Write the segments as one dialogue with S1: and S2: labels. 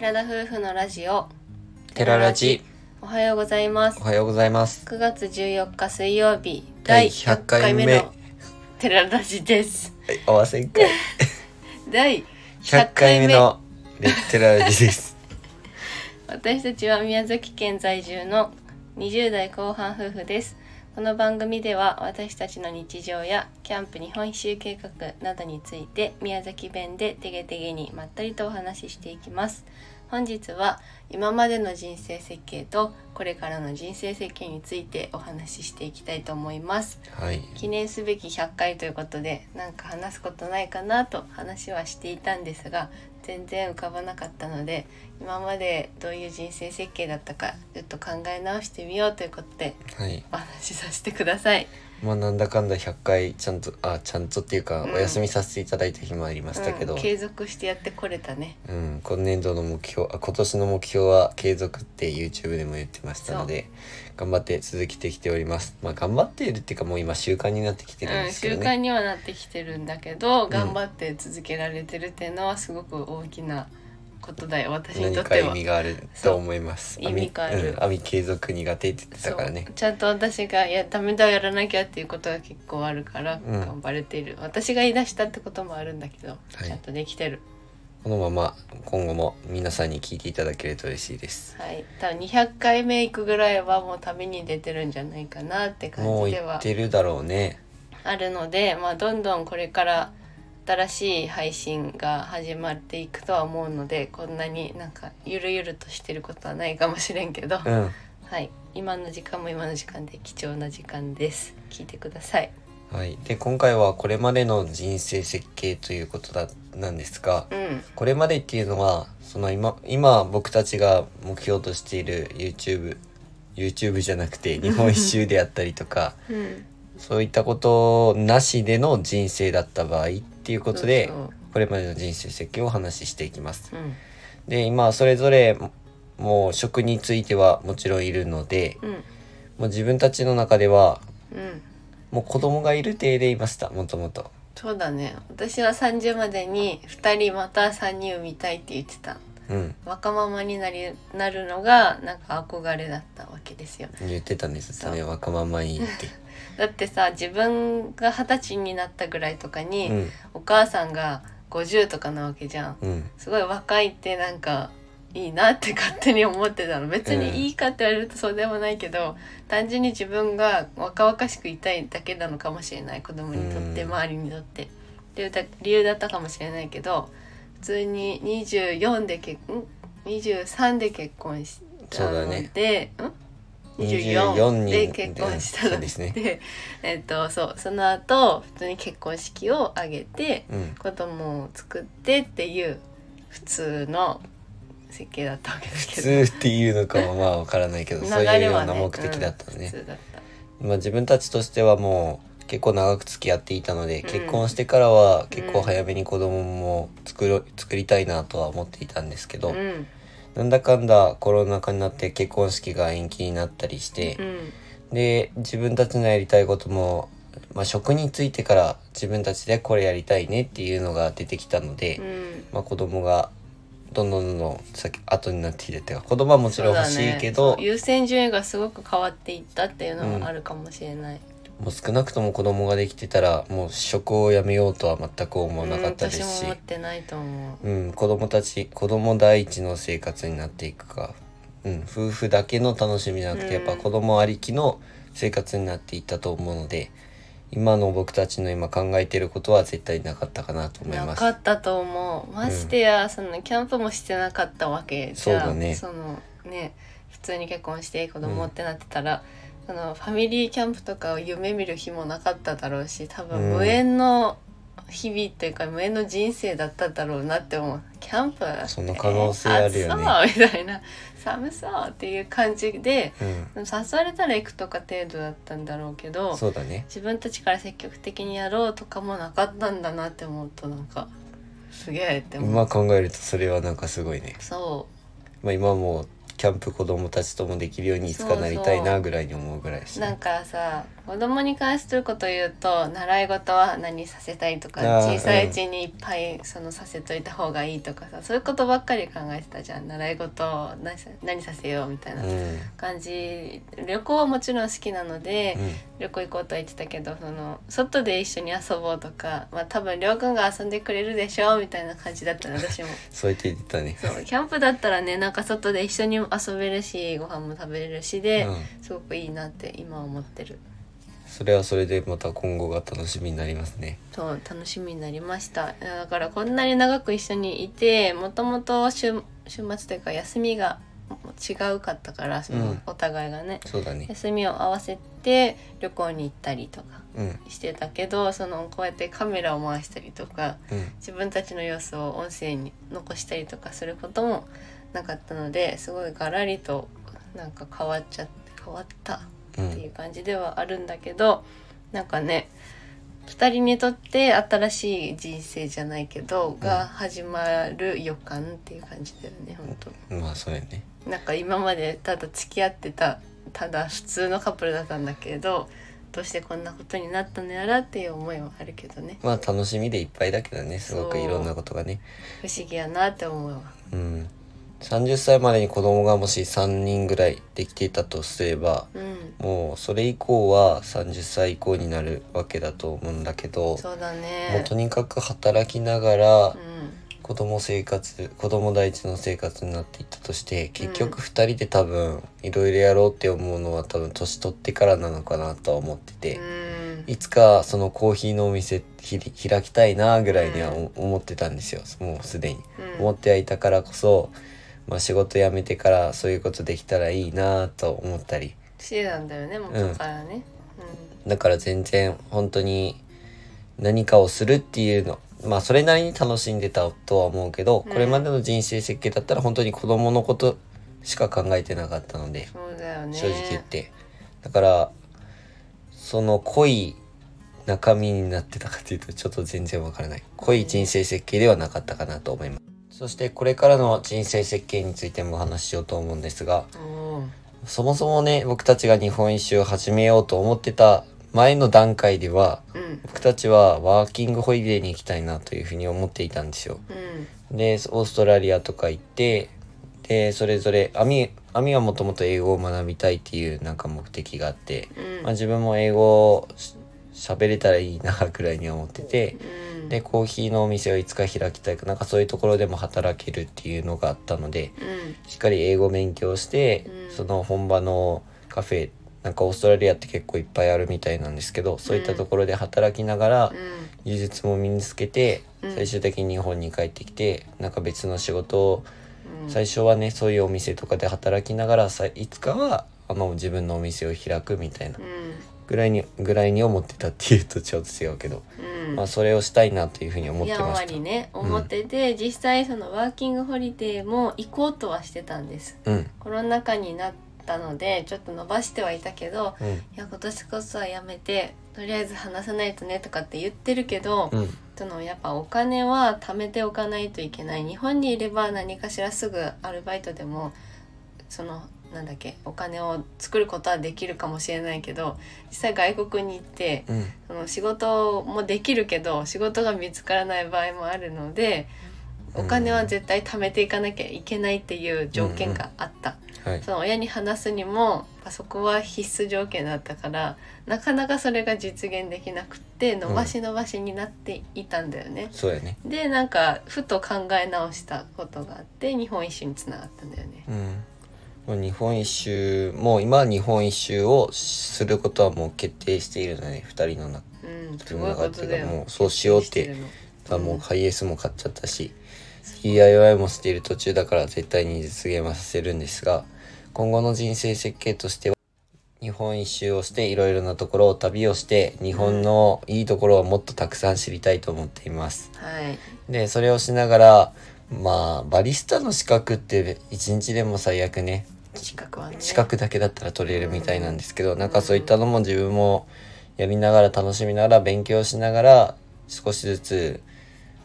S1: 寺田夫婦のラジオ
S2: テララジ。
S1: おはようございます。
S2: おはようございます。
S1: 9月14日水曜日
S2: 第
S1: 第100
S2: 100回目
S1: 回目のテララジです。
S2: 合わせんかい
S1: 第
S2: 100
S1: 100
S2: 回
S1: 回目
S2: 目のテララジです
S1: 私たちは宮崎県在住の20代後半夫婦です。この番組では私たちの日常やキャンプ日本一周計画などについて宮崎弁でてげてげにまったりとお話ししていきます。本日は今までの人生設計とこれからの人生設計についてお話ししていきたいと思います。
S2: はい。
S1: 記念すべき100回ということでなんか話すことないかなと話はしていたんですが全然浮かばなかったので今までどういう人生設計だったかちょっと考え直してみようということで
S2: はい。
S1: お話しさせてください。
S2: まあなんだかんだ100回ちゃんとっていうか、お休みさせていただいた日もありましたけど、
S1: 継続してやってこれたね。
S2: 今年度の目標今年の目標は継続って YouTube でも言ってましたので頑張って続けてきております。まあ頑張っているっていうかもう今習慣になってきてるんですけどね、
S1: 習慣にはなってきてるんだけど、頑張って続けられてるっていうのはすごく大きなことだよ私にと
S2: 何か
S1: っては。
S2: 意味があると思います。
S1: 意味がある。
S2: 網継続苦手って言ってたからね。
S1: ちゃんと私がダメだやらなきゃっていうことが結構あるから頑張れている、私が言い出したってこともあるんだけど、ちゃんとできてる。
S2: このまま今後も皆さんに聞いていただけると嬉しいです。
S1: はい、多分200回目行くぐらいはもう旅に出てるんじゃないかなって感
S2: もう
S1: じでは
S2: 言ってるだろうね。
S1: あるので、どんどんこれから新しい配信が始まっていくとは思うのでこんなになんかゆるゆるとしてることはないかもしれんけど、はい、今の時間も今の時間で貴重な時間です。聞いてください。
S2: はい。で今回はこれまでの人生設計ということなんですが、これまでっていうのはその今僕たちが目標としている YouTube じゃなくて日本一周であったりとか、そういったことなしでの人生だった場合っていうことでこれまでの人生設計をお話ししていきます。で今それぞれもう職についてはもちろんいるので、もう自分たちの中では、もう子供がいる体でいました。もともと
S1: そうだね。私は30までに2人また3人産みたいって言ってた。若ママになるのがなんか憧れだったわけですよ。
S2: 言ってたんですね、若ママにって
S1: だってさ自分が20歳になったぐらいとかに、お母さんが50とかなわけじゃん、すごい若いってなんかいいなって勝手に思ってたの。別にいいかって言われるとそうでもないけど、単純に自分が若々しくいたいだけなのかもしれない。子供にとって周りにとってっていう理由だったかもしれないけど、普通に23で結婚したので、24で結婚したので、その後普通に結婚式を挙げて、子供を作ってっていう普通の設計だったわけだけど、
S2: 普通っていうのかもわからないけどそういうような目的だったね。普通だった。自分たちとしてはもう結構長く付き合っていたので、結婚してからは結構早めに子供も作りたいなとは思っていたんですけど、なんだかんだコロナ禍になって結婚式が延期になったりして、で自分たちのやりたいことも、職についてから自分たちでこれやりたいねっていうのが出てきたので、子供がどんどん後になってきてってか、子供はもちろん欲しいけど、
S1: 優先順位がすごく変わっていったっていうのはあるかもしれない。
S2: もう少なくとも子供ができてたらもう職を辞めようとは全く思わなかったですし、
S1: 私も思ってないと思う。
S2: 子供第一の生活になっていくか、夫婦だけの楽しみじゃなくて、やっぱ子供ありきの生活になっていったと思うので、今の僕たちの今考えていることは絶対なかったかなと思います。
S1: なかったと思う。ましてや、そのキャンプもしてなかったわけじゃん。
S2: そうだね。
S1: 普通に結婚して子供ってなってたら、そのファミリーキャンプとかを夢見る日もなかっただろうし、多分無縁の日々というか無縁の人生だっただろうなって思う。キャンプ
S2: その可能性あるよね、
S1: 暑そうみたいな、寒そうっていう感じで、誘われたら行くとか程度だったんだろうけど、
S2: そうだね、
S1: 自分たちから積極的にやろうとかもなかったんだなって思うと、なんかすげえって思う。
S2: 今考えるとそれはなんかすごいね。
S1: そ
S2: 今もキャンプ子供たちともできるようにいつかなりたいなぐらいに思うぐらいですね。
S1: なんかさ、子供に関すること言うと習い事は何させたいとか、小さいうちにいっぱいそのさせといた方がいいとかさ、そういうことばっかり考えてたじゃん。習い事を何させようみたいな感じ、旅行はもちろん好きなので、旅行行こうとは言ってたけど、その外で一緒に遊ぼうとか、まあ多分りょうくんが遊んでくれるでしょみたいな感じだったの私も
S2: そう言ってたね。
S1: そうキャンプだったらね、なんか外で一緒に遊べるしご飯も食べれるしで、すごくいいなって今思ってる。
S2: それはそれでまた今後が楽しみになりますね。
S1: そう楽しみになりました。だからこんなに長く一緒にいて、もともと週末というか休みが違うかったから、そのお互いがね、
S2: そうだね、
S1: 休みを合わせて旅行に行ったりとかしてたけど、そのこうやってカメラを回したりとか、自分たちの様子を音声に残したりとかすることもなかったので、すごいガラリとなんか変わったっていう感じではあるんだけど、なんかね、2人にとって新しい人生じゃないけど、が始まる予感っていう感じだよね、本当。
S2: まあそうやね。
S1: なんか今までただ付き合ってた普通のカップルだったんだけど、どうしてこんなことになったのやらっていう思いはあるけどね。
S2: まあ楽しみでいっぱいだけどね、すごくいろんなことがね。
S1: 不思議やなって思うわ。
S2: 30歳までに子供がもし3人ぐらいできていたとすれば、もうそれ以降は30歳以降になるわけだと思うんだけど、
S1: そうだね、
S2: もうとにかく働きながら、子供第一の生活になっていったとして、結局2人で多分いろいろやろうって思うのは多分年取ってからなのかなとは思ってて、いつかそのコーヒーのお店開きたいなぐらいには思ってたんですよ。もうすでに、思ってはいたからこそ、仕事辞めてからそういうことできたらいいなと思ったり
S1: してたんだよね、元からね。
S2: だから全然本当に何かをするっていうの、それなりに楽しんでたとは思うけど、これまでの人生設計だったら本当に子供のことしか考えてなかったので、
S1: そうだよね、
S2: 正直言って。だからその濃い中身になってたかというとちょっと全然わからない。濃い人生設計ではなかったかなと思います。そしてこれからの人生設計についてもお話ししようと思うんですが、そもそもね、僕たちが日本一周を始めようと思ってた前の段階では、僕たちはワーキングホリデーに行きたいなというふうに思っていたんですよ。で、オーストラリアとか行って、でそれぞれアミはもともと英語を学びたいっていうなんか目的があって、自分も英語を喋れたらいいなくらいに思ってて、でコーヒーのお店をいつか開きたいかなんかそういうところでも働けるっていうのがあったので、しっかり英語勉強して、その本場のカフェなんかオーストラリアって結構いっぱいあるみたいなんですけど、そういったところで働きながら技術も身につけて、最終的に日本に帰ってきてなんか別の仕事を、最初はねそういうお店とかで働きながらいつかは自分のお店を開くみたいなぐらいに思ってたっていうとちょっと違うけど、それをしたいなというふうに思ってました。
S1: やんわりね思ってて、実際そのワーキングホリデーも行こうとはしてたんです、コロナ禍になったのでちょっと伸ばしてはいたけど、いや今年こそはやめてとりあえず話さないとねとかって言ってるけど、そのやっぱお金は貯めておかないといけない。日本にいれば何かしらすぐアルバイトでもそのお金を作ることはできるかもしれないけど、実際外国に行って、その仕事もできるけど仕事が見つからない場合もあるので、お金は絶対貯めていかなきゃいけないっていう条件があった、その親に話すにもそこは必須条件だったから、なかなかそれが実現できなくって伸ばしになっていたんだよね、
S2: そうやね。
S1: でなんかふと考え直したことがあって日本一周につながったんだよね、
S2: 日本一周も今日本一周をすることはもう決定しているのね、2人の中、
S1: すごいことだよ。
S2: もうそうしようってもうハイエースも買っちゃったし、DIY もしている途中だから絶対に実現はさせるんですが、今後の人生設計としては日本一周をしていろいろなところを旅をして日本のいいところをもっとたくさん知りたいと思っています、でそれをしながらバリスタの資格って1日でも最悪ね、資格だけだったら取れるみたいなんですけど、なんかそういったのも自分もやりながら楽しみながら勉強しながら少しずつ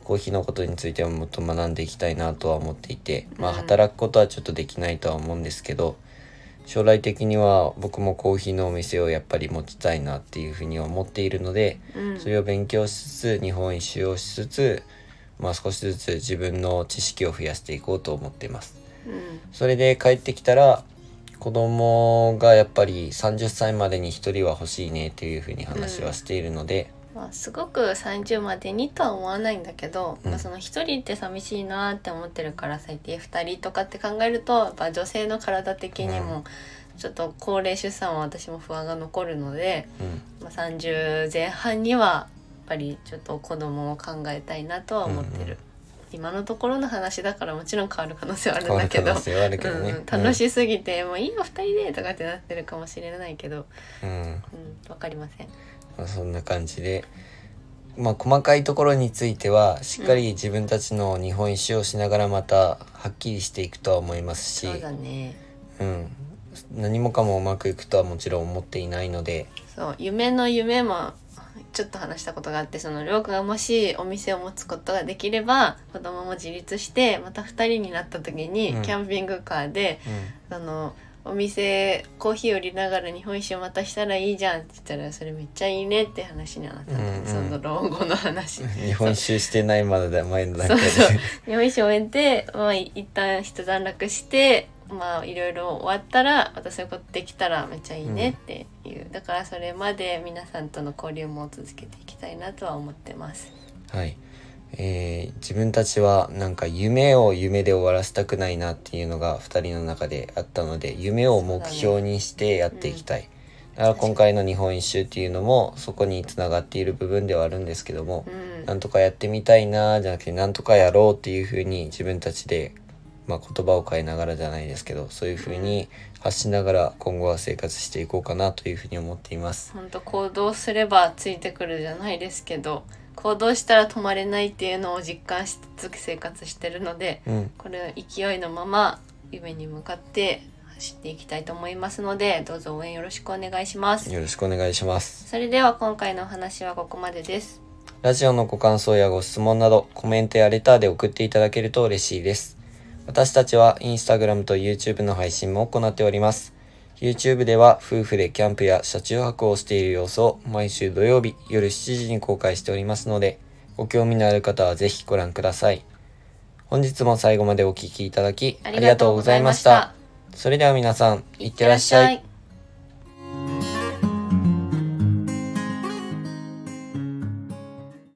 S2: コーヒーのことについてはもっと学んでいきたいなとは思っていて、働くことはちょっとできないとは思うんですけど、将来的には僕もコーヒーのお店をやっぱり持ちたいなっていうふうに思っているので、それを勉強しつつ日本一周をしつつ、少しずつ自分の知識を増やしていこうと思っています。それで帰ってきたら子供がやっぱり30歳までに1人は欲しいねっていうふうに話はしているので、
S1: すごく30までにとは思わないんだけど、その1人って寂しいなって思ってるから最低2人とかって考えるとやっぱ女性の体的にもちょっと高齢出産は私も不安が残るので、30前半にはやっぱりちょっと子供を考えたいなとは思ってる。今のところの話だからもちろん変わる可能性はあるんだけど、楽しすぎて、もういいよ2人でとかってなってるかもしれないけど、わかりません。
S2: そんな感じで、細かいところについてはしっかり自分たちの日本一周をしながらまたはっきりしていくとは思いますし、
S1: そうだね。
S2: 何もかもうまくいくとはもちろん思っていないので、
S1: そう夢もちょっと話したことがあって、そのりょうくんがもしお店を持つことができれば子供も自立してまた2人になった時にキャンピングカーで、お店コーヒー売りながら日本一周またしたらいいじゃんって言ったらそれめっちゃいいねって話になったの、その老後の話。
S2: 日本一周してない前の段階で
S1: 日本一周終えて、一旦一段落していろいろ終わったらまたそういうことできたらめっちゃいいねっていう、だからそれまで皆さんとの交流も続けていきたいなとは思ってます。
S2: はい、自分たちはなんか夢を夢で終わらせたくないなっていうのが2人の中であったので、夢を目標にしてやっていきたい。だから今回の日本一周っていうのもそこにつながっている部分ではあるんですけども、なんとかやってみたいなじゃなくてなんとかやろうっていうふうに自分たちで言葉を変えながらじゃないですけど、そういう風に発しながら今後は生活していこうかなというふうに思っています。
S1: 本当行動すればついてくるじゃないですけど、行動したら止まれないっていうのを実感しつつ生活してるので、これ勢いのまま夢に向かって走っていきたいと思いますので、どうぞ応援よろしくお願いします。
S2: よろしくお願いします。
S1: それでは今回のお話はここまでです。
S2: ラジオのご感想やご質問などコメントやレターで送っていただけると嬉しいです。私たちはインスタグラムと YouTube の配信も行っております。YouTube では夫婦でキャンプや車中泊をしている様子を毎週土曜日夜7時に公開しておりますので、ご興味のある方はぜひご覧ください。本日も最後までお聞きいただきありがとうございました。それでは皆さん、いってらっしゃい。